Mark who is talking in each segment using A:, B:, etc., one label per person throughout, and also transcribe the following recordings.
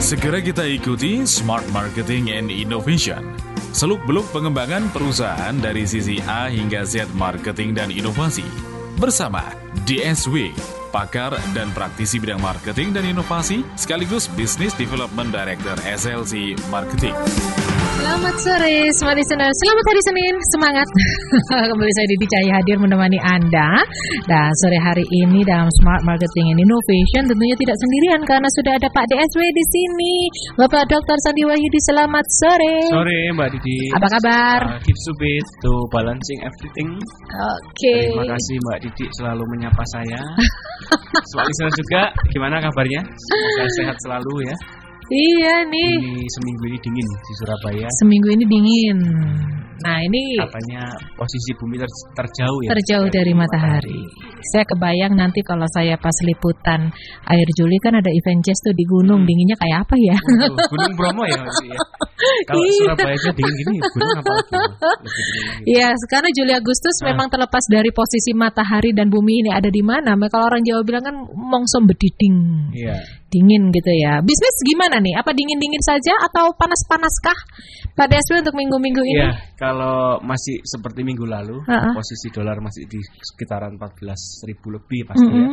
A: Segera kita ikuti Smart Marketing and Innovation. Seluk-beluk pengembangan perusahaan dari sisi A hingga Z marketing dan inovasi. Bersama DSW, pakar dan praktisi bidang marketing dan inovasi, sekaligus Business Development Director SLC Marketing.
B: Selamat sore, Smart Listener. Selamat hari Senin, semangat. Kembali saya Didi Cahaya hadir menemani Anda. Dan sore hari ini dalam Smart Marketing and Innovation tentunya tidak sendirian karena sudah ada Pak DSW di sini. Bapak Dr. Sandi Wahyudi, selamat sore.
C: Sore Mbak Didi.
B: Apa kabar?
C: Keep it to balancing everything.
B: Oke.
C: Terima kasih Mbak Didi selalu menyapa saya. Smart Listener juga, gimana kabarnya? Semoga sehat selalu ya.
B: Iya nih.
C: Ini seminggu ini dingin di Surabaya.
B: Seminggu ini dingin. Nah ini
C: katanya posisi bumi terjauh ya.
B: Terjauh dari matahari. Saya kebayang nanti kalau saya pas liputan akhir Juli kan ada event jazz tuh di gunung. Dinginnya kayak apa ya?
C: Gunung Bromo ya. Kalau Surabaya aja dingin gini, gunung apa lagi?
B: Iya, karena Juli Agustus memang terlepas dari posisi matahari dan bumi ini ada di mana. Kalau orang Jawa bilang kan mongso bediding.
C: Iya.
B: Dingin gitu ya. Bisnis gimana nih? Apa dingin-dingin saja atau panas-panaskah Pak DSW untuk minggu-minggu ini?
C: Iya, kalau masih seperti minggu lalu, posisi dolar masih di sekitaran 14.000 lebih pasti ya.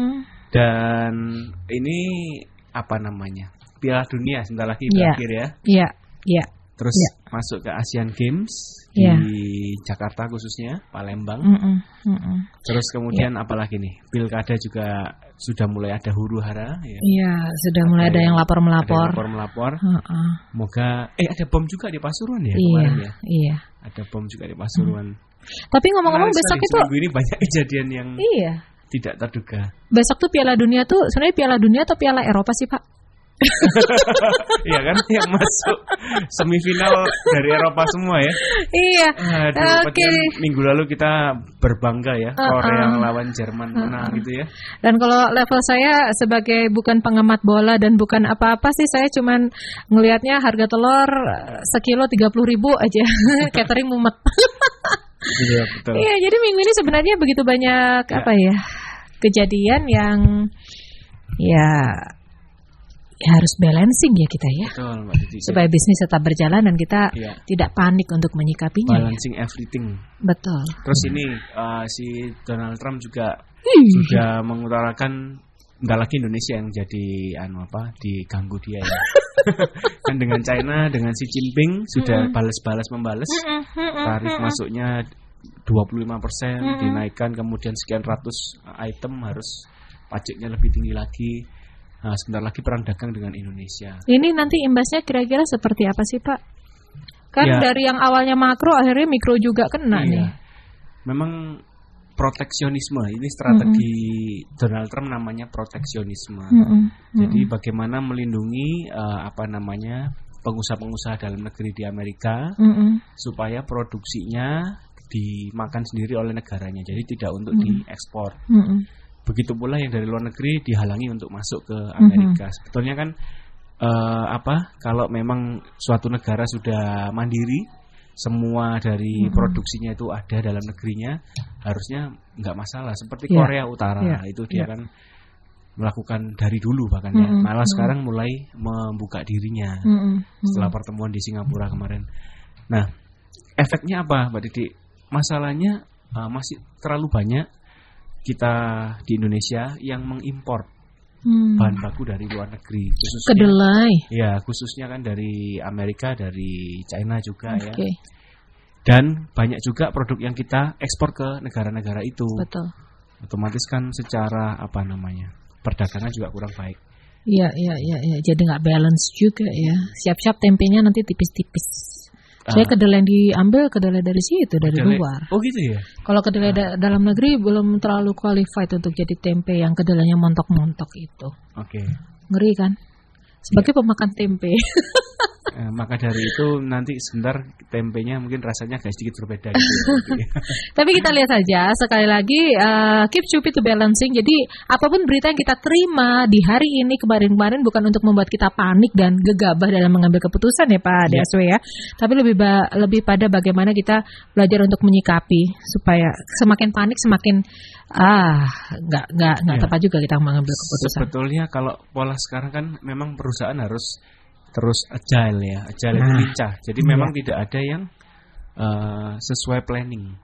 C: Dan ini apa namanya? Piala Dunia sebentar lagi berakhir ya.
B: Iya, iya.
C: Terus masuk ke Asian Games di Jakarta khususnya, Palembang. Terus kemudian apalagi nih? Pilkada juga sudah mulai ada huru-hara ya.
B: Iya, sudah mulai ada yang lapor-melapor.
C: Moga ada bom juga di Pasuruan ya
B: kemarin
C: ya.
B: Iya.
C: Ada bom juga di Pasuruan.
B: Tapi ngomong-ngomong besok itu
C: ini banyak kejadian yang tidak terduga.
B: Besok tuh Piala Dunia tuh sebenarnya Piala Dunia atau Piala Eropa sih, Pak?
C: Iya kan yang masuk semifinal dari Eropa semua ya.
B: Iya.
C: Oke. Minggu lalu kita berbangga ya Korea lawan Jerman menang gitu ya.
B: Dan kalau level saya sebagai bukan pengamat bola dan bukan apa-apa sih, saya cuman ngelihatnya harga telur sekilo 30.000 aja. Catering mumet.
C: Iya betul.
B: Iya, jadi minggu ini sebenarnya begitu banyak kejadian yang harus balancing ya kita ya.
C: Betul, Mbak Didi.
B: Supaya bisnis tetap berjalan dan kita tidak panik untuk menyikapinya.
C: Balancing everything.
B: Betul.
C: Terus ini si Donald Trump juga sudah mengutarakan enggak lagi Indonesia yang jadi diganggu dia ya. Kan dengan China, dengan Xi Jinping sudah balas-balas membalas. Tarif masuknya 25% dinaikkan, kemudian sekian ratus item harus pajaknya lebih tinggi lagi. Nah, sebentar lagi perang dagang dengan Indonesia.
B: Ini nanti imbasnya kira-kira seperti apa sih, Pak? Kan dari yang awalnya makro akhirnya mikro juga kena nih. Memang
C: proteksionisme ini strategi Donald Trump namanya proteksionisme. Jadi bagaimana melindungi pengusaha-pengusaha dalam negeri di Amerika supaya produksinya dimakan sendiri oleh negaranya. Jadi tidak untuk diekspor. Begitu pula yang dari luar negeri dihalangi untuk masuk ke Amerika. Sebetulnya kan kalau memang suatu negara sudah mandiri, semua dari produksinya itu ada dalam negerinya, harusnya nggak masalah. Seperti Korea Utara itu dia kan melakukan dari dulu bahkan ya. Malah sekarang mulai membuka dirinya setelah pertemuan di Singapura kemarin. Nah, efeknya apa, Mbak Didi? Masalahnya masih terlalu banyak kita di Indonesia yang mengimpor bahan baku dari luar negeri, khususnya
B: kedelai.
C: Ya, khususnya kan dari Amerika, dari China juga ya. Dan banyak juga produk yang kita ekspor ke negara-negara itu.
B: Betul.
C: Otomatis kan secara perdagangan juga kurang baik.
B: Iya. Jadi nggak balance juga ya. Siap-siap tempenya nanti tipis-tipis. Saya kedelai yang diambil kedelai dari situ, dari luar.
C: Oh gitu ya?
B: Kalau kedelai dalam negeri belum terlalu qualified untuk jadi tempe yang kedelainya montok-montok itu.
C: Oke.
B: Ngeri kan? Sebagai pemakan tempe.
C: Maka dari itu nanti sebentar tempenya mungkin rasanya agak sedikit berbeda gitu.
B: Tapi kita lihat saja sekali lagi keep stupid to balancing. Jadi apapun berita yang kita terima di hari ini kemarin bukan untuk membuat kita panik dan gegabah dalam mengambil keputusan ya Pak DSW ya. Tapi lebih pada bagaimana kita belajar untuk menyikapi supaya semakin panik semakin nggak tepat juga kita mengambil keputusan.
C: Sebetulnya kalau pola sekarang kan memang perusahaan harus terus agile ya, agile itu lincah. Jadi memang tidak ada yang sesuai planning.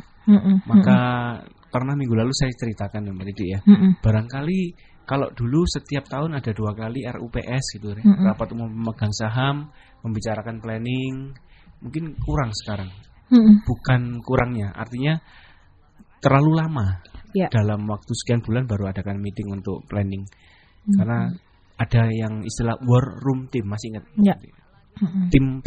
C: Maka pernah minggu lalu saya ceritakan Mbak Didi ya. Barangkali kalau dulu setiap tahun ada 2 kali RUPS gitu, rapat umum pemegang saham, membicarakan planning, mungkin kurang sekarang. Bukan kurangnya, artinya terlalu lama. Dalam waktu sekian bulan baru adakan meeting untuk planning. Karena ada yang istilah war room team, masih ingat? Tim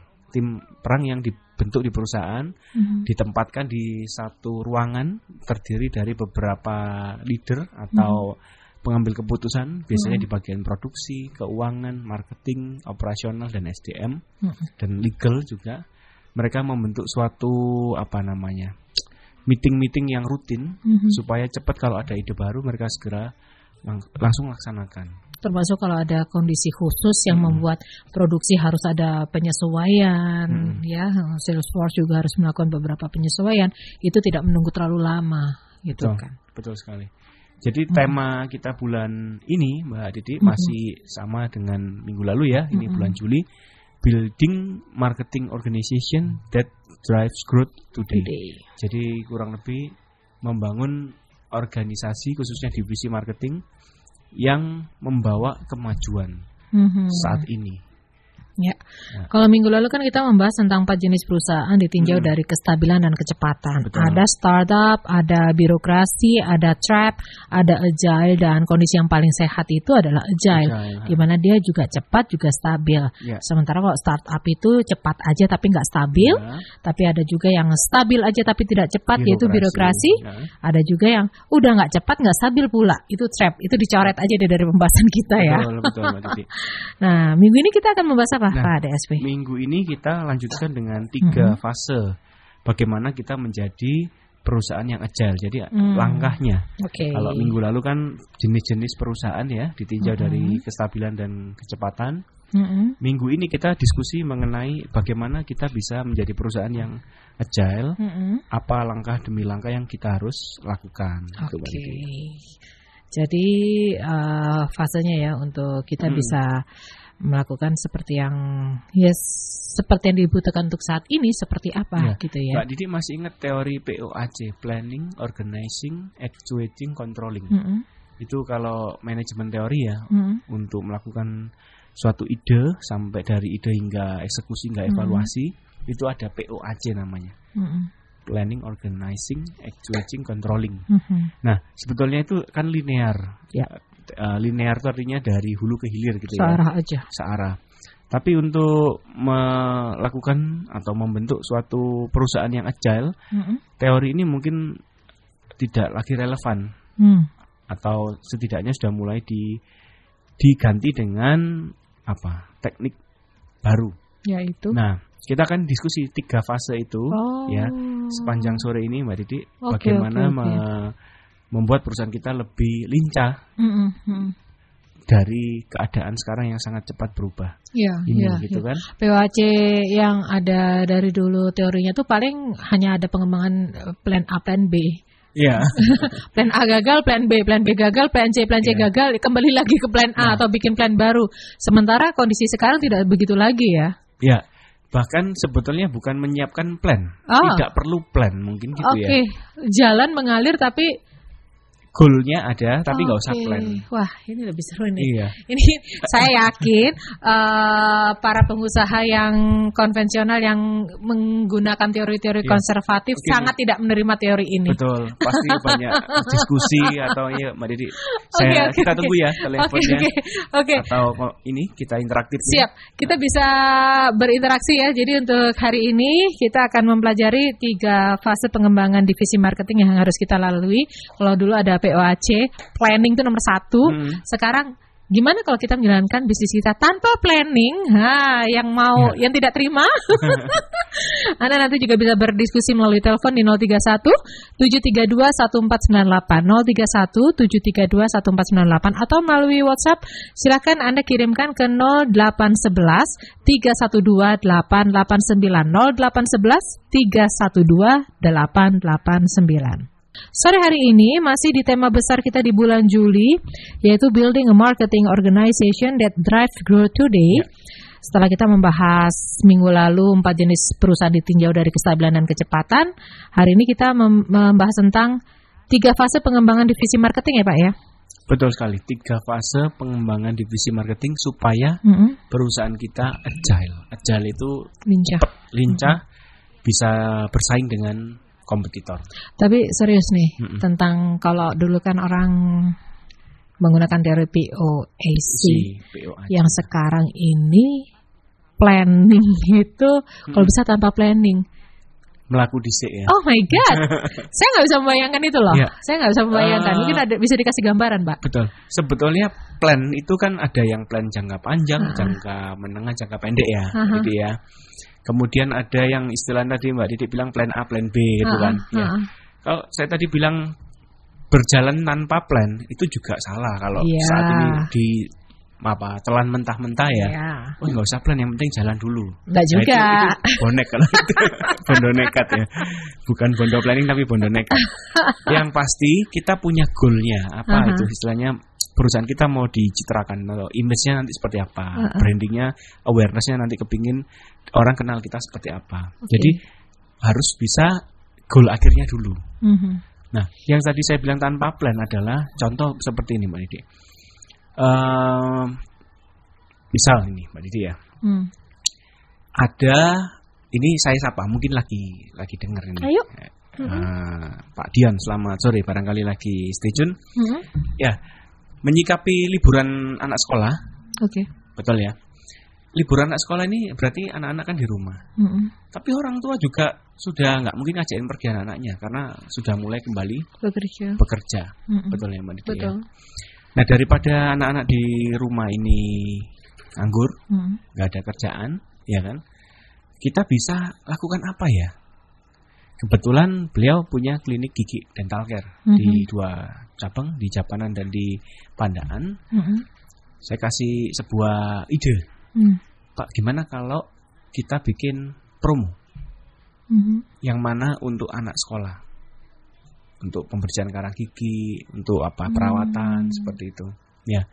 C: perang yang dibentuk di perusahaan, ditempatkan di satu ruangan terdiri dari beberapa leader atau pengambil keputusan, biasanya di bagian produksi, keuangan, marketing, operasional dan SDM dan legal juga. Mereka membentuk suatu meeting-meeting yang rutin supaya cepat kalau ada ide baru mereka segera langsung laksanakan.
B: Termasuk kalau ada kondisi khusus yang membuat produksi harus ada penyesuaian, ya, Salesforce juga harus melakukan beberapa penyesuaian. Itu tidak menunggu terlalu lama, gitu kan?
C: Betul sekali. Jadi tema kita bulan ini, Mbak Didi, masih sama dengan minggu lalu ya. Ini bulan Juli, Building Marketing Organization that Drives Growth Today. Jadi kurang lebih membangun organisasi khususnya divisi marketing yang membawa kemajuan saat ini.
B: Ya. Kalau minggu lalu kan kita membahas tentang 4 jenis perusahaan ditinjau dari kestabilan dan kecepatan.
C: Betul.
B: Ada startup, ada birokrasi, ada trap, ada agile, dan kondisi yang paling sehat itu adalah agile. Di mana dia juga cepat juga stabil. Sementara kalau startup itu cepat aja tapi nggak stabil, tapi ada juga yang stabil aja tapi tidak cepat, yaitu birokrasi. Ada juga yang udah nggak cepat nggak stabil pula, itu trap. Itu dicoret aja dari pembahasan kita ya.
C: Betul, Mbak Didi.
B: Nah, minggu ini kita akan membahas apa? Pak DSP.
C: Minggu ini kita lanjutkan dengan 3 fase bagaimana kita menjadi perusahaan yang agile. Jadi langkahnya. Kalau minggu lalu kan jenis-jenis perusahaan ya ditinjau dari kestabilan dan kecepatan. Minggu ini kita diskusi mengenai bagaimana kita bisa menjadi perusahaan yang agile. Apa langkah demi langkah yang kita harus lakukan.
B: Jadi fasenya ya untuk kita bisa melakukan seperti yang seperti yang dibutuhkan untuk saat ini seperti apa gitu ya.
C: Mbak Didi masih ingat teori POAC, Planning, Organizing, Actuating, Controlling. Itu kalau manajemen teori ya, untuk melakukan suatu ide sampai dari ide hingga eksekusi hingga evaluasi, itu ada POAC namanya. Planning, Organizing, Actuating, Controlling. Nah, sebetulnya itu kan linear. Linear itu artinya dari hulu ke hilir gitu
B: searah aja.
C: Searah. Tapi untuk melakukan atau membentuk suatu perusahaan yang agile, teori ini mungkin tidak lagi relevan. Atau setidaknya sudah mulai diganti dengan teknik baru.
B: Yaitu.
C: Nah, kita akan diskusi 3 fase itu ya sepanjang sore ini Mbak Didi, bagaimana membuat perusahaan kita lebih lincah dari keadaan sekarang yang sangat cepat berubah. Gitu kan?
B: POAC yang ada dari dulu teorinya tuh paling hanya ada pengembangan plan A, plan B. Plan A gagal, plan B gagal, plan C gagal, kembali lagi ke plan A atau bikin plan baru. Sementara kondisi sekarang tidak begitu lagi ya.
C: Bahkan sebetulnya bukan menyiapkan plan, tidak perlu plan mungkin gitu ya.
B: Jalan mengalir tapi
C: goalnya ada, tapi nggak usah plan.
B: Wah, ini lebih seru nih. Ini saya yakin para pengusaha yang konvensional yang menggunakan teori-teori konservatif sangat tidak menerima teori ini.
C: Betul, pasti banyak diskusi atau Mbak Didi. Kita tunggu ya teleponnya. Atau ini kita interaktif.
B: Siap, kita bisa berinteraksi ya. Jadi untuk hari ini kita akan mempelajari 3 fase pengembangan divisi marketing yang harus kita lalui. Kalau dulu ada POAC, planning itu nomor 1. Sekarang Gimana kalau kita menjalankan bisnis kita tanpa planning? Yang tidak terima, Anda nanti juga bisa berdiskusi melalui telepon di 031 732 1498, 031 732 1498, atau melalui WhatsApp. Silakan Anda kirimkan ke 0811 312 889, 0811 312 889. Sore hari ini masih di tema besar kita di bulan Juli, yaitu Building a Marketing Organization that Drives Growth Today. Setelah kita membahas minggu lalu 4 jenis perusahaan ditinjau dari kestabilan dan kecepatan, hari ini kita membahas tentang 3 fase pengembangan divisi marketing ya Pak ya?
C: Betul sekali, 3 fase pengembangan divisi marketing supaya perusahaan kita agile. Agile itu lincah, bisa bersaing dengan kompetitor. Tapi
B: serius nih, tentang kalau dulu kan orang menggunakan teori POAC, yang sekarang ini planning itu kalau bisa tanpa planning.
C: Melaku dhisik ya.
B: Oh my God, saya nggak bisa membayangkan itu loh. Saya nggak bisa membayangkan. Mungkin bisa dikasih gambaran, Pak.
C: Betul. Sebetulnya plan itu kan ada yang plan jangka panjang, jangka menengah, jangka pendek ya, gitu ya. Kemudian ada yang istilah tadi Mbak Didik bilang plan A, plan B gitu kan. Kalau saya tadi bilang berjalan tanpa plan itu juga salah kalau saat ini telan mentah-mentah ya. Oh nggak usah plan, yang penting jalan dulu.
B: Nggak juga.
C: Itu bonek kalau itu bondo nekat ya. Bukan bondo planning tapi bondo nekat. Yang pasti kita punya goalnya apa itu istilahnya. Perusahaan kita mau dicitrakan atau image-nya nanti seperti apa, brandingnya, awareness-nya nanti kepingin orang kenal kita seperti apa. Jadi harus bisa goal akhirnya dulu. Nah, yang tadi saya bilang tanpa plan adalah contoh seperti ini Mbak Didi. Misal ini Mbak Didi ya, ada ini saya sapa, mungkin lagi dengar ini.
B: Ayo.
C: Pak Dian, selamat sore, barangkali lagi stay tune. Ya. Menyikapi liburan anak sekolah, betul ya. Liburan anak sekolah ini berarti anak-anak kan di rumah. Tapi orang tua juga sudah nggak mungkin ngajakin pergi anak-anaknya karena sudah mulai kembali bekerja. Betul ya Mbak Didi ya. Nah daripada anak-anak di rumah ini nganggur, nggak ada kerjaan, ya kan? Kita bisa lakukan apa ya? Kebetulan beliau punya klinik gigi dental care di 2 cabang, di Japanan dan di Pandaan. Saya kasih sebuah ide, Pak, gimana kalau kita bikin promo yang mana untuk anak sekolah, untuk pembersihan karang gigi, untuk perawatan seperti itu. Ya,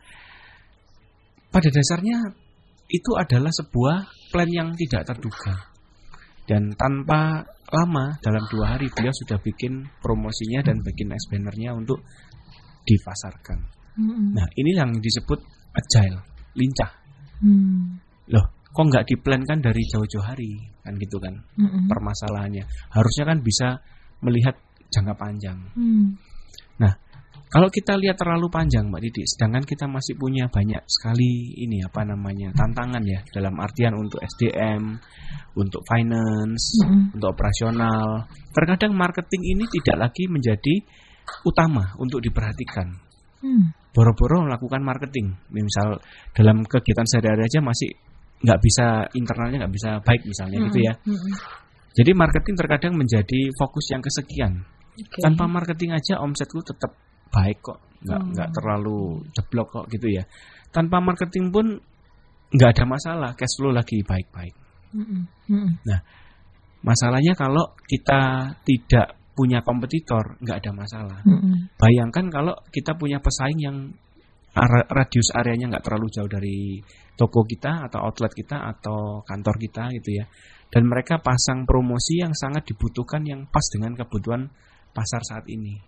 C: pada dasarnya itu adalah sebuah plan yang tidak terduga. Dan tanpa lama, dalam 2 hari beliau sudah bikin promosinya dan bikin bannernya untuk dipasarkan. Nah ini yang disebut agile, lincah. Loh, kok nggak diplankan dari jauh-jauh hari, kan gitu kan? Permasalahannya harusnya kan bisa melihat jangka panjang. Nah kalau kita lihat terlalu panjang Mbak Didi, sedangkan kita masih punya banyak sekali tantangan ya, dalam artian untuk SDM, untuk finance, untuk operasional. Terkadang marketing ini tidak lagi menjadi utama untuk diperhatikan. Boro-boro melakukan marketing, misal dalam kegiatan sehari-hari aja masih nggak bisa, internalnya nggak bisa baik misalnya gitu ya. Jadi marketing terkadang menjadi fokus yang kesekian. Tanpa marketing aja omsetku tetap baik kok, nggak terlalu jeblok kok gitu ya. Tanpa marketing pun nggak ada masalah, cash flow lagi baik-baik. Nah, masalahnya kalau kita tidak punya kompetitor, nggak ada masalah. Bayangkan kalau kita punya pesaing yang radius areanya nggak terlalu jauh dari toko kita atau outlet kita atau kantor kita gitu ya, dan mereka pasang promosi yang sangat dibutuhkan yang pas dengan kebutuhan pasar saat ini.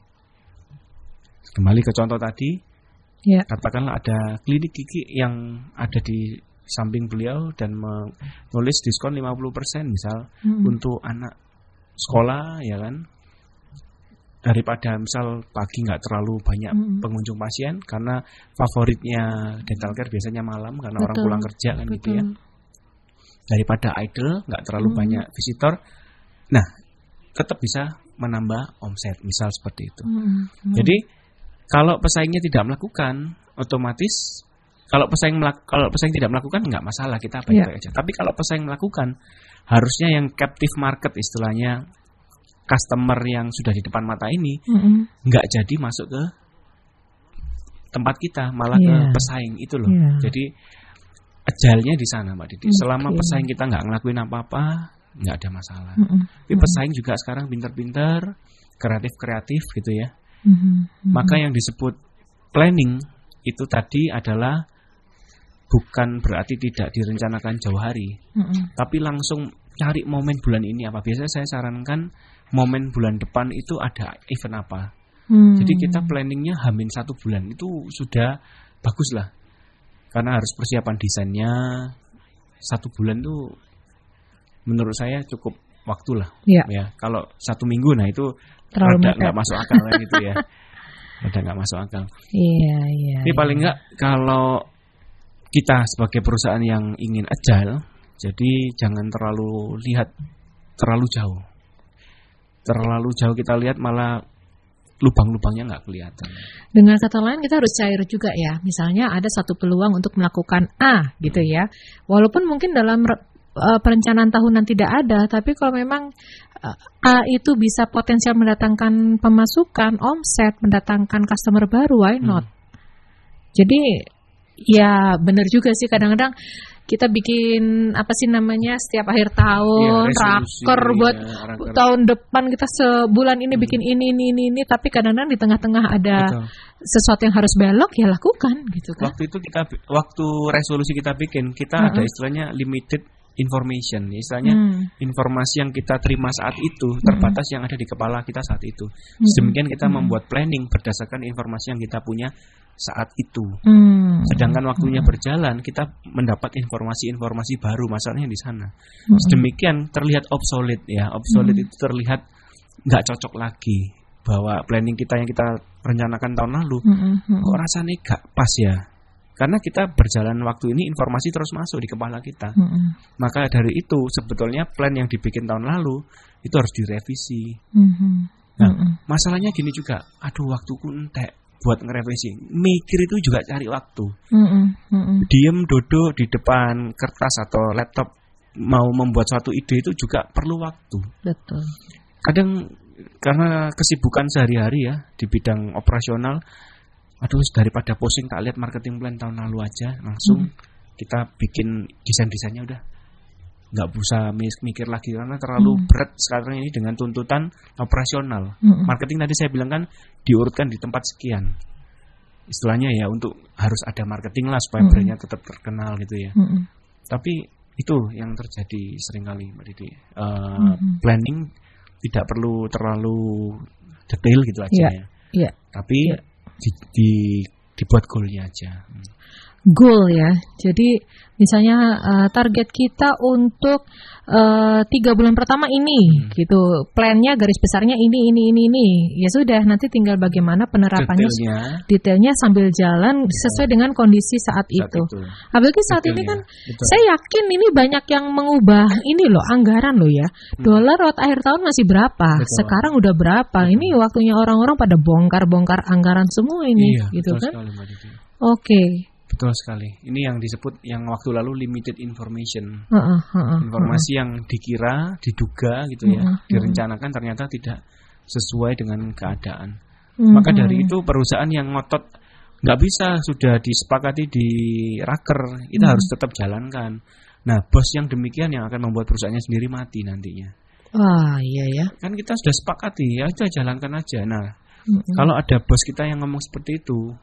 C: Kembali ke contoh tadi, katakanlah ada klinik gigi yang ada di samping beliau dan menulis diskon 50% misal untuk anak sekolah, ya kan? Daripada misal pagi nggak terlalu banyak pengunjung pasien karena favoritnya dental care biasanya malam karena orang pulang kerja kan gitu ya. Daripada idle, nggak terlalu banyak visitor, nah tetap bisa menambah omset misal seperti itu. Jadi kalau pesaingnya tidak melakukan, otomatis Kalau pesaing tidak melakukan nggak masalah, kita baik-baik aja. Tapi kalau pesaing melakukan, harusnya yang captive market istilahnya, customer yang sudah di depan mata ini nggak jadi masuk ke tempat kita, malah ke pesaing itu loh. Jadi ajalnya di sana Mbak Didi. Selama pesaing kita nggak ngelakuin apa-apa, nggak ada masalah. Tapi pesaing juga sekarang pintar-pintar, kreatif gitu ya. Maka yang disebut planning itu tadi adalah bukan berarti tidak direncanakan jauh hari, tapi langsung cari momen bulan ini apa. Biasanya saya sarankan momen bulan depan itu ada event apa. Jadi kita planningnya hamin 1 bulan itu sudah bagus lah, karena harus persiapan desainnya 1 bulan tuh menurut saya cukup waktu lah. Ya kalau 1 minggu nah itu rada nggak masuk akal kan gitu ya. Rada nggak masuk akal. Ini paling nggak kalau kita sebagai perusahaan yang ingin agile, jadi jangan terlalu lihat terlalu jauh. Terlalu jauh kita lihat malah lubang-lubangnya nggak kelihatan.
B: Dengan kata lain kita harus cair juga ya. Misalnya ada satu peluang untuk melakukan A gitu ya. Walaupun mungkin dalam perencanaan tahunan tidak ada, tapi kalau memang A itu bisa potensial mendatangkan pemasukan, omset, mendatangkan customer baru, why not? Jadi ya benar juga sih, kadang-kadang kita bikin apa sih namanya setiap akhir tahun raker buat tahun depan, kita sebulan ini bikin ini, tapi kadang-kadang di tengah-tengah ada sesuatu yang harus belok, ya lakukan gitu kan.
C: Waktu resolusi kita bikin, kita ada istilahnya limited information, istilahnya informasi yang kita terima saat itu terbatas yang ada di kepala kita saat itu. Sedemikian kita membuat planning berdasarkan informasi yang kita punya saat itu. Sedangkan waktunya berjalan, kita mendapat informasi-informasi baru, masalahnya di sana. Sedemikian terlihat obsolete ya. Obsolete itu terlihat nggak cocok lagi, bahwa planning kita yang kita rencanakan tahun lalu kok rasanya nggak pas ya. Karena kita berjalan waktu ini informasi terus masuk di kepala kita. Maka dari itu sebetulnya plan yang dibikin tahun lalu itu harus direvisi. Nah, masalahnya gini juga, aduh waktuku entek buat ngerevisi. Mikir itu juga cari waktu. Diem duduk di depan kertas atau laptop mau membuat suatu ide itu juga perlu waktu.
B: Betul.
C: Kadang karena kesibukan sehari-hari ya di bidang operasional, aduh daripada pusing tak lihat marketing plan tahun lalu aja, langsung kita bikin desain-desainnya udah nggak bisa mikir lagi karena terlalu berat sekarang ini dengan tuntutan operasional. Marketing tadi saya bilang kan diurutkan di tempat sekian, istilahnya ya, untuk harus ada marketing lah supaya brandnya tetap terkenal gitu ya. Tapi itu yang terjadi seringkali Mbak Didi. Planning tidak perlu terlalu detail gitu aja ya. Tapi dibuat goalnya aja.
B: Goal ya. Jadi misalnya target kita untuk 3 bulan pertama ini gitu. Plannya garis besarnya ini. Ya sudah, nanti tinggal bagaimana penerapannya detailnya sambil jalan sesuai dengan kondisi saat itu. Apalagi saat ini kan saya yakin ini banyak yang mengubah ini loh, anggaran loh ya. Dolar waktu akhir tahun masih berapa? Sekarang udah berapa? Ini waktunya orang-orang pada bongkar anggaran semua ini gitu kan. Oke.
C: Betul sekali. Ini yang disebut yang waktu lalu limited information. Informasi yang dikira, diduga gitu ya, direncanakan ternyata tidak sesuai dengan keadaan. Maka dari itu perusahaan yang ngotot nggak bisa, sudah disepakati di raker, kita harus tetap jalankan. Nah, bos yang demikian yang akan membuat perusahaannya sendiri mati nantinya.
B: Iya ya.
C: Kan kita sudah sepakati, ya udah jalankan aja. Nah, kalau ada bos kita yang ngomong seperti itu,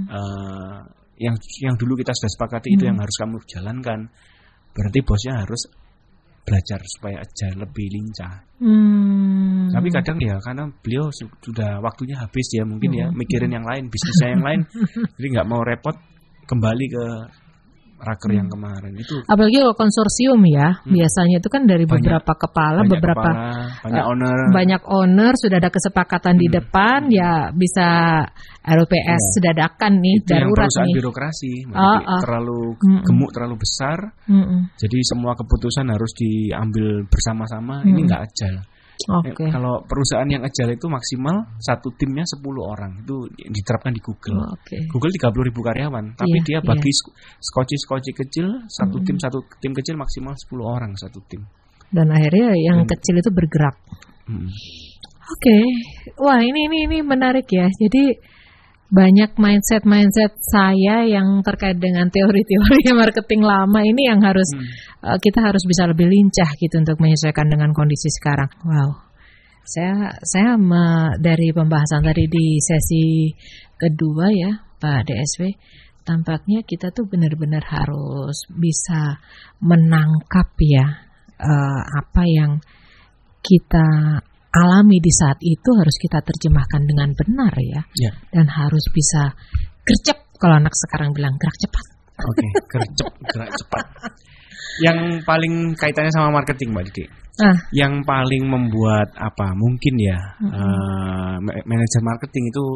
C: yang dulu kita sudah sepakati itu yang harus kamu jalankan, berarti bosnya harus belajar supaya aja lebih lincah. Tapi kadang ya karena beliau sudah waktunya habis ya, mungkin ya mikirin yang lain, bisnisnya yang lain, jadi nggak mau repot kembali ke raker yang kemarin itu.
B: Apalagi kalau konsorsium ya, biasanya itu kan dari beberapa kepala, banyak owner sudah ada kesepakatan di depan, ya bisa RUPS sudah adakan nih,
C: itu
B: darurat
C: perusahaan
B: nih.
C: Birokrasi terlalu gemuk, terlalu besar, jadi semua keputusan harus diambil bersama-sama. Ini nggak agile.
B: Okay.
C: Kalau perusahaan yang agile itu maksimal satu timnya 10 orang. Itu diterapkan di Google.
B: Okay.
C: Google 30.000 karyawan, tapi dia bagi skoci kecil, satu tim kecil maksimal 10 orang satu tim.
B: Dan akhirnya yang kecil itu bergerak. Oke. Wah, ini menarik ya. Jadi banyak mindset saya yang terkait dengan teori-teori marketing lama ini yang harus kita harus bisa lebih lincah gitu untuk menyesuaikan dengan kondisi sekarang. Wow, saya dari pembahasan tadi di sesi kedua ya Pak DSW, tampaknya kita tuh benar-benar harus bisa menangkap ya apa yang kita alami di saat itu harus kita terjemahkan dengan benar ya. Dan harus bisa gercep, kalau anak sekarang bilang gerak cepat.
C: Oke, gerak cepat. Yang paling kaitannya sama marketing Mbak Didi, yang paling membuat mungkin ya manajer marketing itu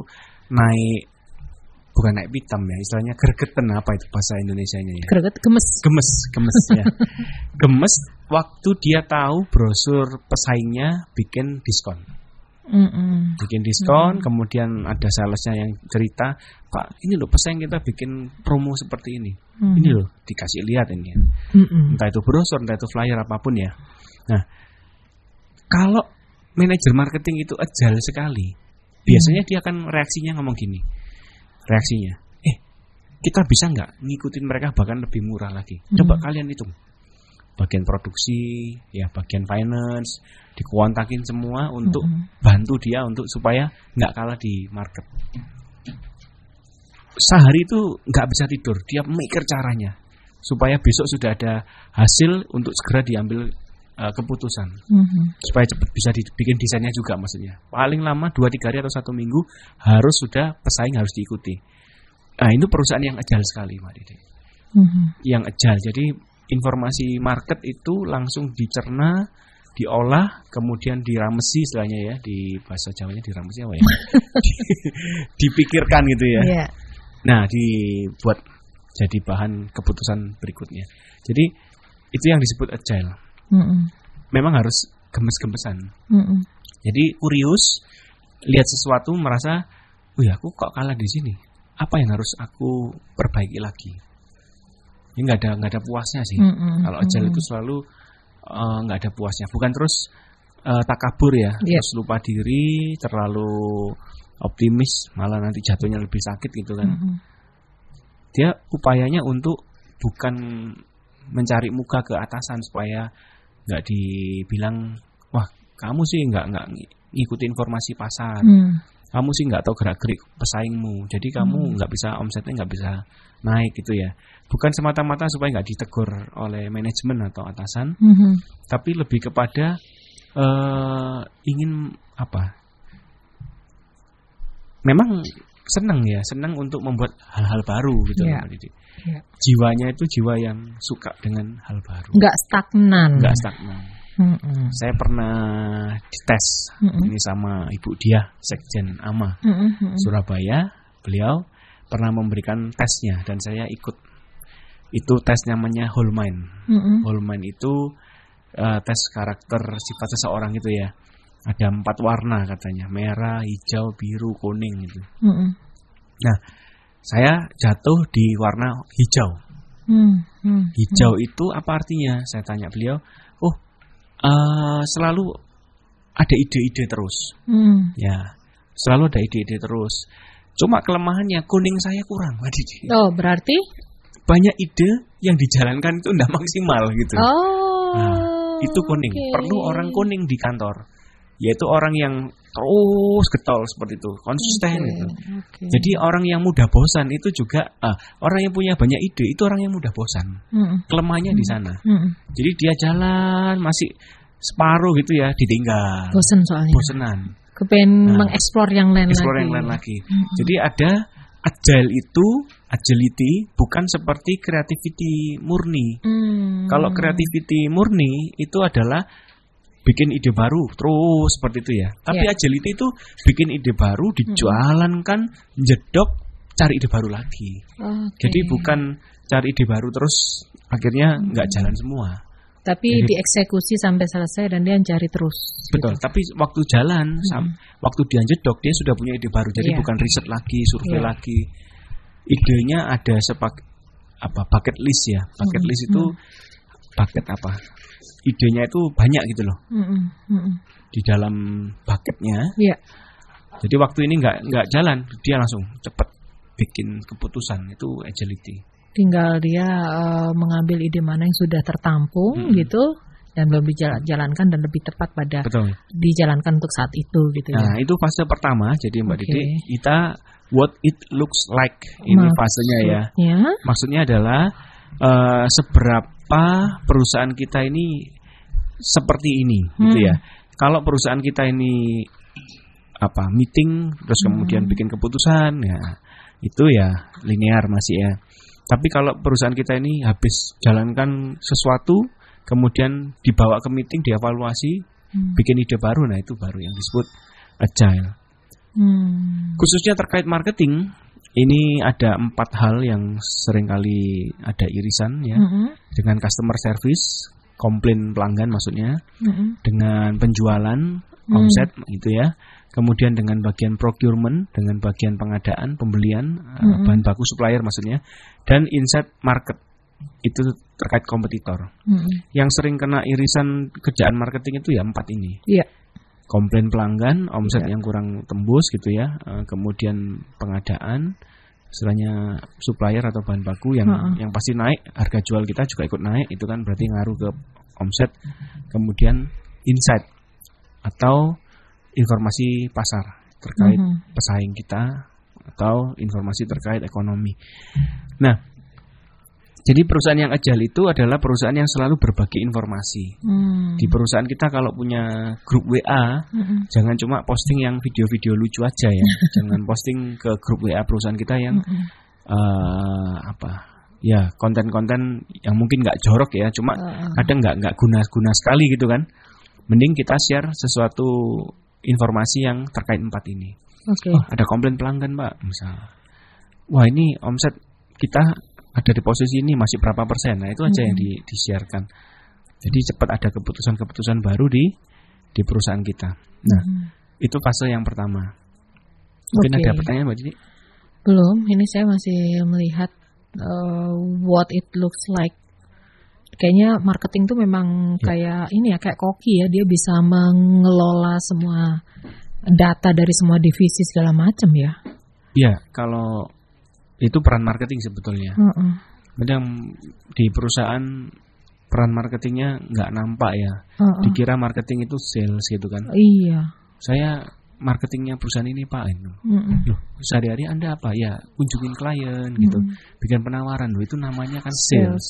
C: bukan naik pitam ya, istilahnya gergeten, apa itu bahasa Indonesianya ya? Gemes ya. Gemes waktu dia tahu brosur pesaingnya bikin diskon. Bikin diskon, kemudian ada salesnya yang cerita, Pak, ini loh pesaing kita bikin promo seperti ini. Ini loh, dikasih lihat ini. Entah itu brosur, entah itu flyer, apapun ya. Nah, kalau manajer marketing itu agile sekali, biasanya dia akan reaksinya ngomong gini. Kita bisa nggak ngikutin mereka bahkan lebih murah lagi? Coba kalian hitung. Bagian produksi, ya bagian finance, dikuantakin semua untuk bantu dia untuk supaya nggak kalah di market. Sehari itu nggak bisa tidur, dia mikir caranya supaya besok sudah ada hasil untuk segera diambil keputusan. Supaya cepat bisa dibikin desainnya juga maksudnya. Paling lama 2-3 hari atau 1 minggu harus sudah pesaing harus diikuti. Nah, itu perusahaan yang agile sekali, Mbak Didi. Yang agile. Jadi informasi market itu langsung dicerna, diolah, kemudian diramesi istilahnya ya, di bahasa Jawanya diramesi apa ya? Dipikirkan gitu ya. Nah, dibuat jadi bahan keputusan berikutnya. Jadi itu yang disebut agile. Memang harus gemes-gemesan. Jadi kurius, lihat sesuatu merasa, aku kok kalah di sini. Apa yang harus aku perbaiki lagi? Ini nggak ada puasnya sih. Kalau agile itu selalu nggak ada puasnya. Bukan terus takabur ya, terus lupa diri, terlalu optimis, malah nanti jatuhnya lebih sakit gitu kan. Dia upayanya untuk bukan mencari muka ke atasan supaya nggak dibilang, wah kamu sih nggak ngikuti informasi pasar, kamu sih nggak tahu gerak-gerik pesaingmu, jadi kamu nggak bisa, omsetnya nggak bisa naik gitu ya. Bukan semata-mata supaya nggak ditegur oleh manajemen atau atasan, tapi lebih kepada ingin apa? Memang senang untuk membuat hal-hal baru gitu. Jiwanya itu jiwa yang suka dengan hal baru.
B: Nggak stagnan.
C: Saya pernah dites ini sama Ibu Diah, Sekjen AMA Surabaya. Beliau pernah memberikan tesnya dan saya ikut. Itu tes namanya Whole Mind. Whole Mind itu tes karakter sifat seseorang gitu ya. Ada 4 warna katanya, merah, hijau, biru, kuning gitu. Nah, saya jatuh di warna hijau. Hijau itu apa artinya? Saya tanya beliau. Selalu ada ide-ide terus. Ya, selalu ada ide-ide terus. Cuma kelemahannya kuning saya kurang.
B: Oh, berarti
C: banyak ide yang dijalankan itu tidak maksimal gitu. Itu kuning. Perlu orang kuning di kantor. Yaitu orang yang terus getol seperti itu, konsisten gitu. Jadi orang yang mudah bosan itu juga orang yang punya banyak ide itu orang yang mudah bosan. Kelemahannya di sana. Jadi dia jalan masih separuh gitu ya, ditinggal.
B: Bosan soalnya.
C: Bosenan.
B: Kepengen mengeksplor yang lain
C: lagi. Jadi ada agile itu, agility bukan seperti creativity murni. Kalau creativity murni itu adalah bikin ide baru terus seperti itu ya. Tapi agility itu bikin ide baru, dijalankan, jedok, cari ide baru lagi. Jadi bukan cari ide baru terus akhirnya nggak jalan semua.
B: Tapi jadi, dieksekusi sampai selesai dan dia cari terus.
C: Betul. Gitu. Tapi waktu jalan, waktu dia jedok dia sudah punya ide baru. Jadi bukan riset lagi, survei lagi. Idenya ada bucket list ya. Bucket list itu bucket apa? Idenya itu banyak gitu loh. Di dalam bucketnya. Iya. Jadi waktu ini nggak jalan, dia langsung cepat bikin keputusan. Itu agility.
B: Tinggal dia mengambil ide mana yang sudah tertampung gitu dan belum dijalankan dan lebih tepat pada dijalankan untuk saat itu gitu.
C: Nah, itu fase pertama. Jadi Mbak Didi, kita what it looks like ini fasenya ya. Maksudnya adalah seberapa perusahaan kita ini seperti ini gitu ya. Kalau perusahaan kita ini meeting terus kemudian bikin keputusan ya itu ya linear masih ya. Tapi kalau perusahaan kita ini habis jalankan sesuatu kemudian dibawa ke meeting, dievaluasi, bikin ide baru, nah itu baru yang disebut agile. Khususnya terkait marketing, ini ada 4 hal yang seringkali ada irisan ya, dengan customer service, komplain pelanggan maksudnya, dengan penjualan, omset gitu ya, kemudian dengan bagian procurement, dengan bagian pengadaan, pembelian, bahan baku supplier maksudnya, dan insight market. Itu terkait kompetitor. Yang sering kena irisan kerjaan marketing itu ya 4 ini. Komplain pelanggan, omset yang kurang tembus gitu ya, kemudian pengadaan, istilahnya supplier atau bahan baku yang pasti naik, harga jual kita juga ikut naik, itu kan berarti ngaruh ke omset. Kemudian insight atau informasi pasar terkait pesaing kita atau informasi terkait ekonomi. Nah, jadi perusahaan yang agile itu adalah perusahaan yang selalu berbagi informasi. Di perusahaan kita kalau punya grup WA, jangan cuma posting yang video-video lucu aja ya. Jangan posting ke grup WA perusahaan kita yang konten-konten yang mungkin nggak jorok ya, cuma kadang nggak guna sekali gitu kan. Mending kita share sesuatu informasi yang terkait 4 ini. Ada komplain pelanggan Pak, misal. Wah ini omset kita ada di posisi ini masih berapa persen. Nah itu aja yang di-share-kan. Jadi cepat ada keputusan-keputusan baru di perusahaan kita. Nah itu fase yang pertama. Mungkin ada pertanyaan Mbak Dini?
B: Belum, ini saya masih melihat what it looks like. Kayaknya marketing tuh memang kayak ini ya, kayak koki ya, dia bisa mengelola semua data dari semua divisi segala macam ya.
C: Iya, kalau itu peran marketing sebetulnya. Kadang di perusahaan peran marketingnya nggak nampak ya. Dikira marketing itu sales gitu kan.
B: Iya.
C: Saya marketingnya perusahaan ini Pak. Loh, sehari-hari Anda apa? Ya kunjungin klien gitu, bikin penawaran. Loh, itu namanya kan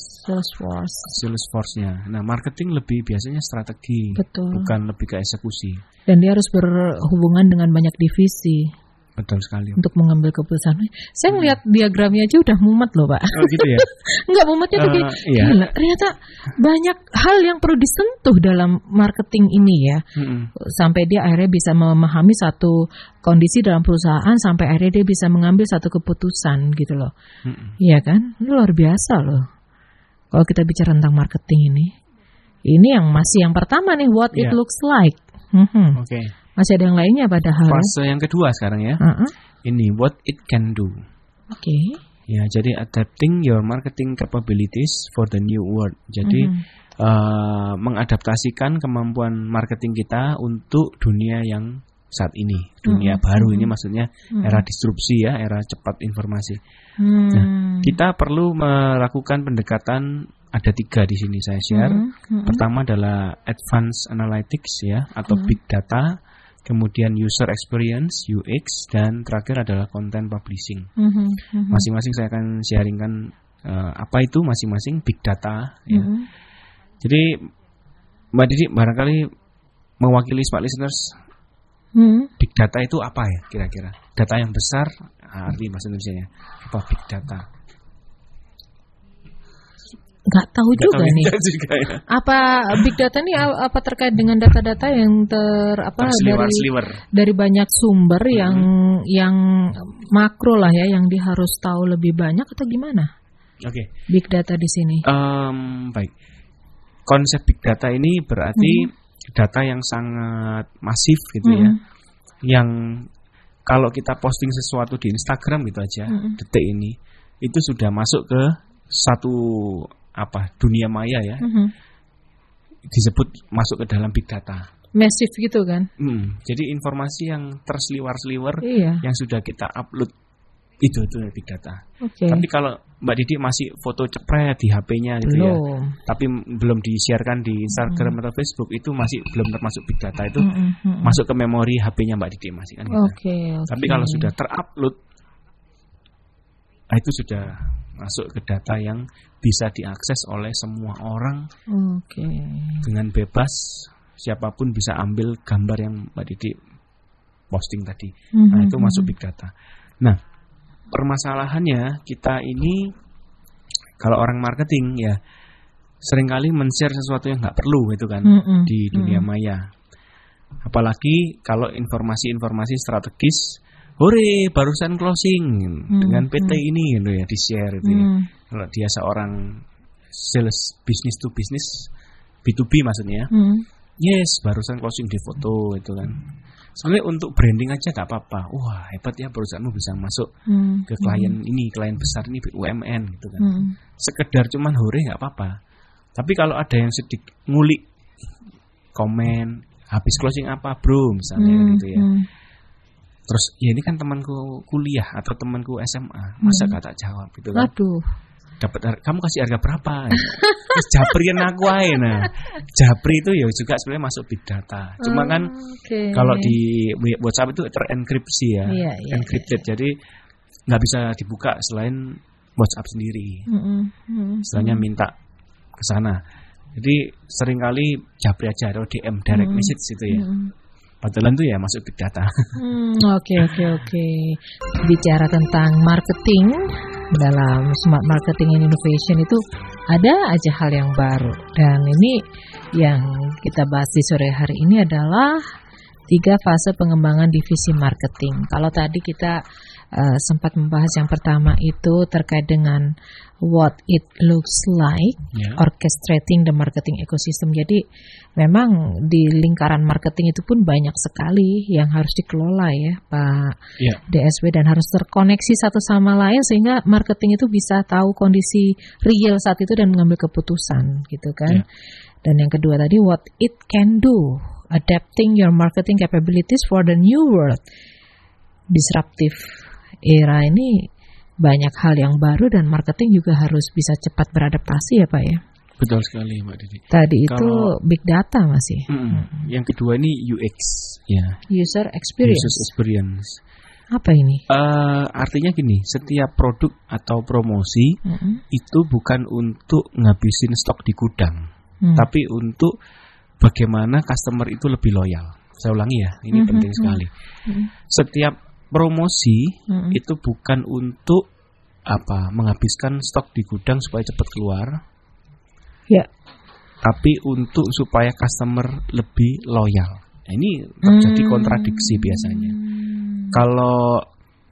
C: Salesforce-nya. Nah, marketing lebih biasanya strategi, bukan lebih ke eksekusi.
B: Dan dia harus berhubungan dengan banyak divisi.
C: Betul sekali.
B: Untuk mengambil keputusan. Saya melihat diagramnya aja udah mumet loh Pak.
C: Oh gitu ya?
B: Enggak, mumetnya tuh gila. Ternyata banyak hal yang perlu disentuh dalam marketing ini ya. Sampai dia akhirnya bisa memahami satu kondisi dalam perusahaan, sampai akhirnya dia bisa mengambil satu keputusan gitu loh. Iya kan? Ini luar biasa loh. Kalau kita bicara tentang marketing ini. Ini yang masih yang pertama nih, what it looks like. Masih ada yang lainnya padahal.
C: Fase yang kedua sekarang ya. Ini what it can do. Ya, jadi adapting your marketing capabilities for the new world. Jadi mengadaptasikan kemampuan marketing kita untuk dunia yang saat ini, dunia baru ini maksudnya era disrupsi ya, era cepat informasi. Nah, kita perlu melakukan pendekatan, ada 3 di sini saya share. Pertama adalah advanced analytics ya, atau big data. Kemudian user experience, UX, dan terakhir adalah content publishing. Masing-masing saya akan sharingkan apa itu masing-masing big data. Ya. Jadi Mbak Didi barangkali mewakili smart listeners, big data itu apa ya kira-kira? Data yang besar, arti bahasa Indonesia-nya apa big data?
B: Nggak tahu juga nih. Juga, ya. Apa big data ini apa terkait dengan data-data yang dari banyak sumber yang makro lah ya, yang dia harus tahu lebih banyak atau gimana? Big data di sini.
C: Baik. konsep big data ini berarti data yang sangat masif gitu ya. Yang kalau kita posting sesuatu di Instagram gitu aja, detik ini itu sudah masuk ke satu dunia maya ya. Disebut masuk ke dalam big data.
B: Masif gitu kan?
C: Jadi informasi yang terseliwer-seliwer yang sudah kita upload itu big data. Tapi kalau Mbak Didi masih foto cepret di HP-nya gitu ya, tapi belum di-sharekan di Instagram atau Facebook, itu masih belum termasuk big data. Itu masuk ke memori HP-nya Mbak Didi masih kan gitu. Tapi kalau sudah terupload, itu sudah masuk ke data yang bisa diakses oleh semua orang dengan bebas. Siapapun bisa ambil gambar yang Mbak Didi posting tadi. Nah, itu masuk big data. Nah, permasalahannya kita ini kalau orang marketing ya seringkali men-share sesuatu yang nggak perlu itu kan di dunia maya. Apalagi kalau informasi-informasi strategis, hore barusan closing dengan PT ini gitu ya, di-share itu ya. Kalau dia seorang sales business to business, B2B maksudnya. Yes, barusan closing di foto itu kan. Soalnya untuk branding aja gak apa-apa. Wah, hebat ya perusahaanmu bisa masuk ke klien ini, klien besar ini UMN gitu kan. Sekedar cuman hore gak apa-apa. Tapi kalau ada yang sedikit ngulik komen, habis closing apa bro misalnya gitu ya. Terus ya ini kan temanku kuliah atau temanku SMA, masa gak tak jawab gitu kan.
B: Aduh.
C: Kamu kasih harga berapa? Terus japriin aku aja. Nah, japri itu ya juga sebenarnya masuk big data. Cuma kan kalau di WhatsApp itu terenkripsi ya, encrypted. Jadi nggak bisa dibuka selain WhatsApp sendiri. Istilahnya minta ke sana. Jadi seringkali japri aja atau DM direct message itu ya. Padahal itu ya masuk big data.
B: Oke. Bicara tentang marketing dalam smart marketing and innovation itu ada aja hal yang baru, dan ini yang kita bahas di sore hari ini adalah 3 fase pengembangan divisi marketing. Kalau tadi kita sempat membahas yang pertama itu terkait dengan what it looks like, orchestrating the marketing ecosystem. Jadi memang di lingkaran marketing itu pun banyak sekali yang harus dikelola ya Pak DSW, dan harus terkoneksi satu sama lain sehingga marketing itu bisa tahu kondisi real saat itu dan mengambil keputusan gitu kan. Dan yang kedua tadi what it can do, adapting your marketing capabilities for the new world. Disruptive era ini banyak hal yang baru dan marketing juga harus bisa cepat beradaptasi ya Pak ya.
C: Betul sekali Mbak Didi.
B: Tadi itu big data masih.
C: Yang kedua ini UX ya.
B: User experience.
C: User experience.
B: Apa ini?
C: Artinya gini, setiap produk atau promosi itu bukan untuk ngabisin stok di gudang, tapi untuk bagaimana customer itu lebih loyal. Saya ulangi ya, ini penting sekali. Setiap promosi itu bukan untuk menghabiskan stok di gudang supaya cepat keluar, tapi untuk supaya customer lebih loyal. Nah, ini terjadi kontradiksi biasanya. Kalau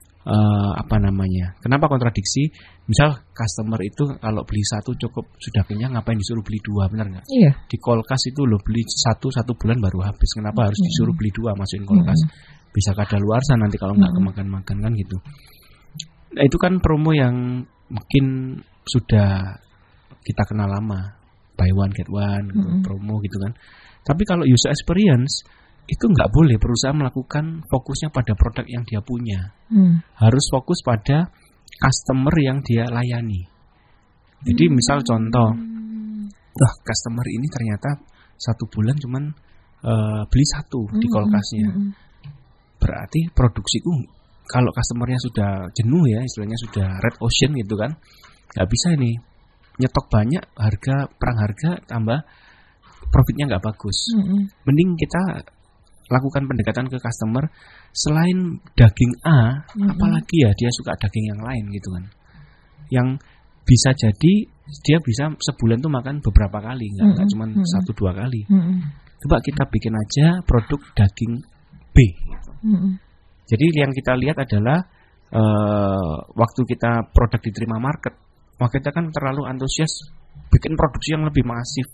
C: kenapa kontradiksi? Misal customer itu kalau beli 1 cukup sudah kenyang, ngapain disuruh beli 2, benar nggak? Iya. Di kulkas itu beli 1 bulan baru habis. Kenapa harus disuruh beli 2 masukin kulkas? Bisa kadaluarsa nanti kalau nggak kemakan-makan kan gitu. Nah, itu kan promo yang mungkin sudah kita kenal lama, buy one get one gitu, promo gitu kan. Tapi kalau user experience itu nggak boleh perusahaan melakukan fokusnya pada produk yang dia punya, harus fokus pada customer yang dia layani. Jadi misal contoh, customer ini ternyata 1 bulan cuman beli 1 di kulkasnya. Berarti produksiku kalau customernya sudah jenuh ya, istilahnya sudah red ocean gitu kan, nggak bisa ini nyetok banyak, perang harga tambah profitnya nggak bagus. Mending kita lakukan pendekatan ke customer, selain daging A, apalagi ya dia suka daging yang lain gitu kan, yang bisa jadi dia bisa sebulan tuh makan beberapa kali, nggak cuma 1-2 kali. Coba kita bikin aja produk daging B. Jadi yang kita lihat adalah waktu kita produk diterima market, kita kan terlalu antusias bikin produksi yang lebih masif,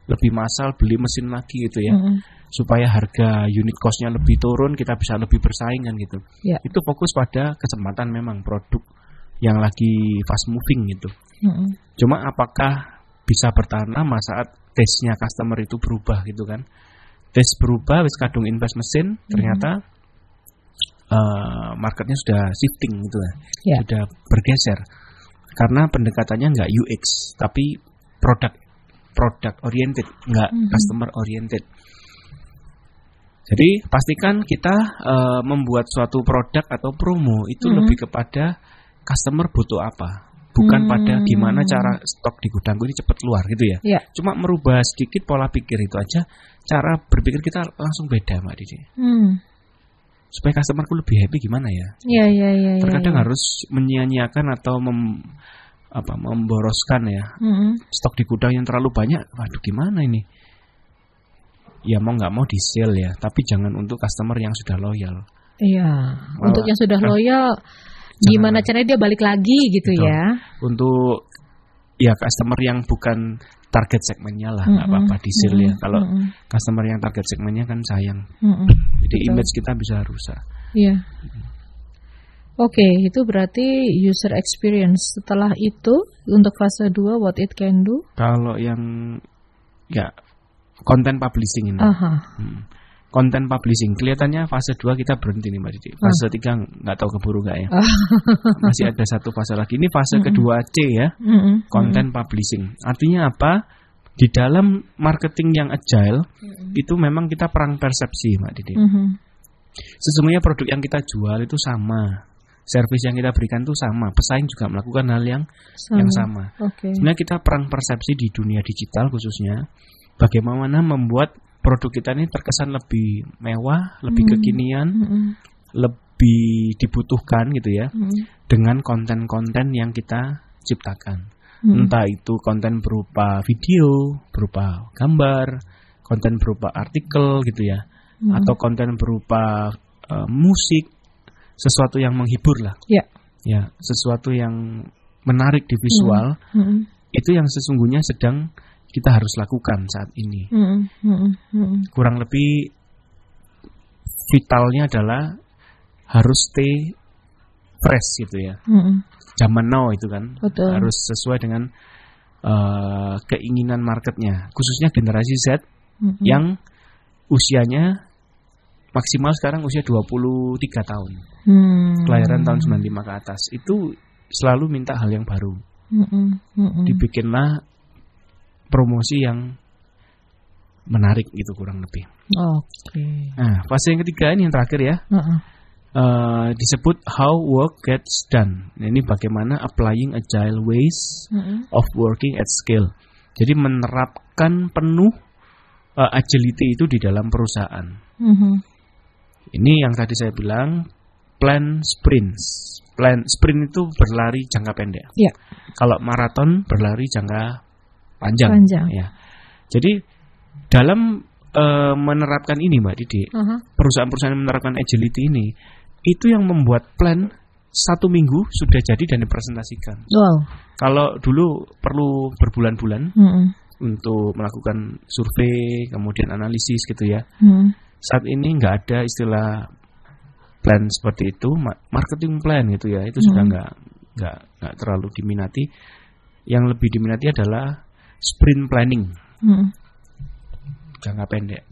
C: lebih massal beli mesin lagi gitu ya, supaya harga unit cost-nya lebih turun, kita bisa lebih bersaing kan gitu. Itu fokus pada kesempatan memang produk yang lagi fast moving gitu. Cuma apakah bisa bertahan lama saat taste-nya customer itu berubah gitu kan? Taste berubah, wis kadung invest mesin, ternyata marketnya sudah shifting gitu ya, sudah bergeser karena pendekatannya nggak UX tapi product oriented, nggak customer oriented. Jadi pastikan kita membuat suatu produk atau promo itu lebih kepada customer butuh apa, bukan pada gimana cara stok di gudangku ini cepat keluar gitu ya. Cuma merubah sedikit pola pikir itu aja, cara berpikir kita langsung beda Mbak Didi. Supaya customerku lebih happy gimana ya? Terkadang harus menyia-nyiakan atau memboroskan ya. Stok di gudang yang terlalu banyak, waduh gimana ini? Ya mau nggak mau di sale ya, tapi jangan untuk customer yang sudah loyal.
B: Untuk yang sudah loyal, gimana caranya dia balik lagi gitu ya?
C: Untuk ya customer yang bukan target segmennya lah, nggak apa-apa di sale ya. Kalau customer yang target segmennya kan sayang, jadi image kita bisa rusak.
B: Oke, itu berarti user experience. Setelah itu untuk fase 2 what it can do?
C: Kalau yang ya content publishing ini. Content publishing kelihatannya fase 2 kita berhenti nih Mbak Didi. Fase 3 nggak tahu keburu nggak ya. Masih ada satu fase lagi. Ini fase kedua C ya. Content publishing. Artinya apa? Di dalam marketing yang agile itu memang kita perang persepsi Mbak Didi. Sesungguhnya produk yang kita jual itu sama. Servis yang kita berikan itu sama, pesaing juga melakukan hal yang sama. Sebenarnya kita perang persepsi di dunia digital khususnya, bagaimana membuat produk kita ini terkesan lebih mewah, lebih kekinian, lebih dibutuhkan gitu ya, dengan konten-konten yang kita ciptakan. Entah itu konten berupa video, berupa gambar, konten berupa artikel gitu ya, atau konten berupa musik. Sesuatu yang menghibur lah, ya, sesuatu yang menarik di visual, itu yang sesungguhnya sedang kita harus lakukan saat ini. Kurang lebih vitalnya adalah harus stay fresh gitu ya. Zaman now itu kan harus sesuai dengan keinginan marketnya, khususnya generasi Z yang usianya maksimal sekarang usia 23 tahun. Kelahiran tahun 95 ke atas. Itu selalu minta hal yang baru. Dibikinlah promosi yang menarik gitu kurang lebih. Nah, fase yang ketiga ini yang terakhir ya. Disebut how work gets done. Nah, ini bagaimana applying agile ways of working at scale. Jadi menerapkan penuh agility itu di dalam perusahaan. Ini yang tadi saya bilang plan sprints. Plan sprint itu berlari jangka pendek. Kalau maraton berlari jangka panjang. Ya. Jadi dalam menerapkan ini Mbak Didi, perusahaan-perusahaan yang menerapkan agility ini, itu yang membuat plan 1 minggu sudah jadi dan dipresentasikan. Kalau dulu perlu berbulan-bulan untuk melakukan survei, kemudian analisis gitu ya. Saat ini nggak ada istilah plan seperti itu, marketing plan gitu ya, itu sudah nggak terlalu diminati. Yang lebih diminati adalah sprint planning, jangka pendek.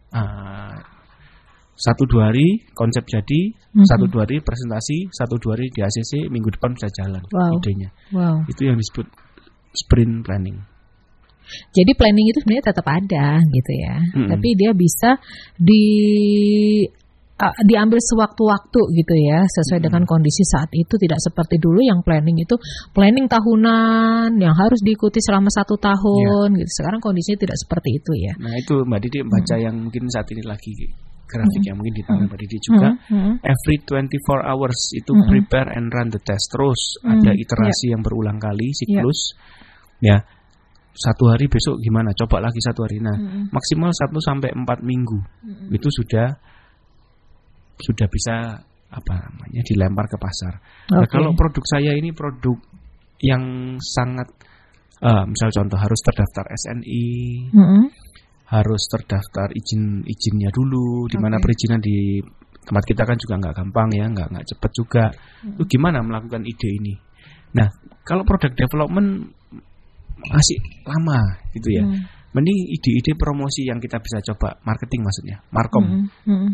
C: 1-2 hari konsep jadi, 1-2 hari presentasi, 1-2 hari di ACC, minggu depan bisa jalan idenya. Itu yang disebut sprint planning.
B: Jadi planning itu sebenarnya tetap ada gitu ya, tapi dia bisa diambil sewaktu-waktu gitu ya, sesuai dengan kondisi saat itu. Tidak seperti dulu yang planning itu planning tahunan yang harus diikuti selama 1 tahun gitu. Sekarang kondisinya tidak seperti itu ya.
C: Nah itu Mbak Didi baca yang mungkin saat ini lagi grafik yang mungkin di tangan Mbak Didi juga. Every 24 hours itu prepare and run the test. Terus ada iterasi yang berulang kali, siklus ya. 1 hari besok gimana? Coba lagi 1 hari. Nah, maksimal 1-4 minggu itu sudah bisa dilempar ke pasar. Nah, kalau produk saya ini produk yang sangat misal contoh harus terdaftar SNI, harus terdaftar izinnya dulu, di mana perizinan di tempat kita kan juga nggak gampang ya, nggak cepat juga. Itu gimana melakukan ide ini? Nah, kalau product development masih lama gitu ya. Mending ide-ide promosi yang kita bisa coba, marketing maksudnya, markom.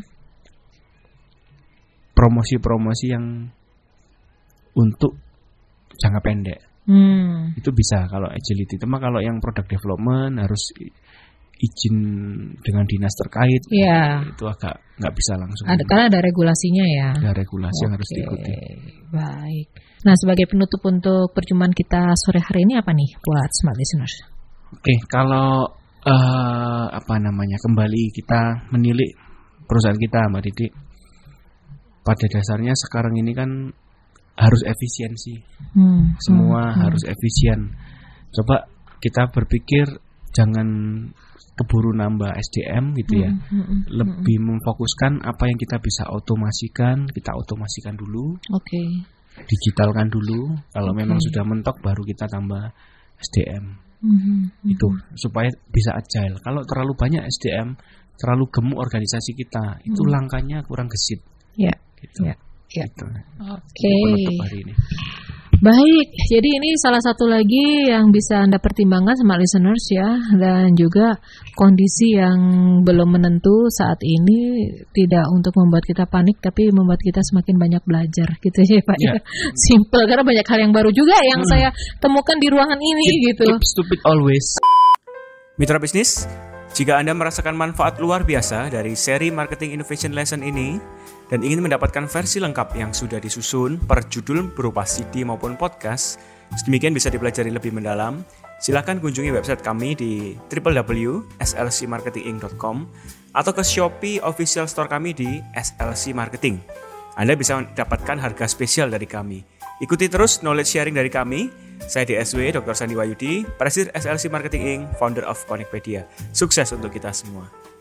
C: Promosi-promosi yang untuk jangka pendek. Itu bisa kalau agility. Cuma kalau yang product development harus izin dengan dinas terkait. Itu agak nggak bisa langsung.
B: Karena ada regulasinya ya.
C: Ada regulasi yang harus diikuti.
B: Baik. Nah, sebagai penutup untuk perjumpaan kita sore hari ini apa nih buat smart listeners?
C: Oke, kalau kembali kita menilik perusahaan kita, Mbak Didi. Pada dasarnya sekarang ini kan harus efisiensi. Semua harus efisien. Coba kita berpikir jangan keburu nambah SDM gitu ya. Lebih memfokuskan apa yang kita bisa otomasikan, kita otomasikan dulu. Digitalkan dulu. Kalau memang sudah mentok baru kita tambah SDM. Itu supaya bisa agile. Kalau terlalu banyak SDM, terlalu gemuk organisasi kita, itu langkahnya kurang gesit. Gitu. Gitu. Penutup hari ini.
B: Baik, jadi ini salah satu lagi yang bisa Anda pertimbangkan smart listeners ya, dan juga kondisi yang belum menentu saat ini tidak untuk membuat kita panik, tapi membuat kita semakin banyak belajar gitu ya Pak. Simple, karena banyak hal yang baru juga yang saya temukan di ruangan ini gitu.
C: Keep stupid always.
D: Mitra bisnis, jika Anda merasakan manfaat luar biasa dari seri Marketing Innovation Lesson ini dan ingin mendapatkan versi lengkap yang sudah disusun per judul berupa CD maupun podcast, sedemikian bisa dipelajari lebih mendalam, silakan kunjungi website kami di www.slcmarketinginc.com atau ke Shopee official store kami di SLC Marketing. Anda bisa mendapatkan harga spesial dari kami. Ikuti terus knowledge sharing dari kami. Saya DSW Dr. Sandi Wahyudi, Presiden SLC Marketing Inc., founder of Connectpedia. Sukses untuk kita semua.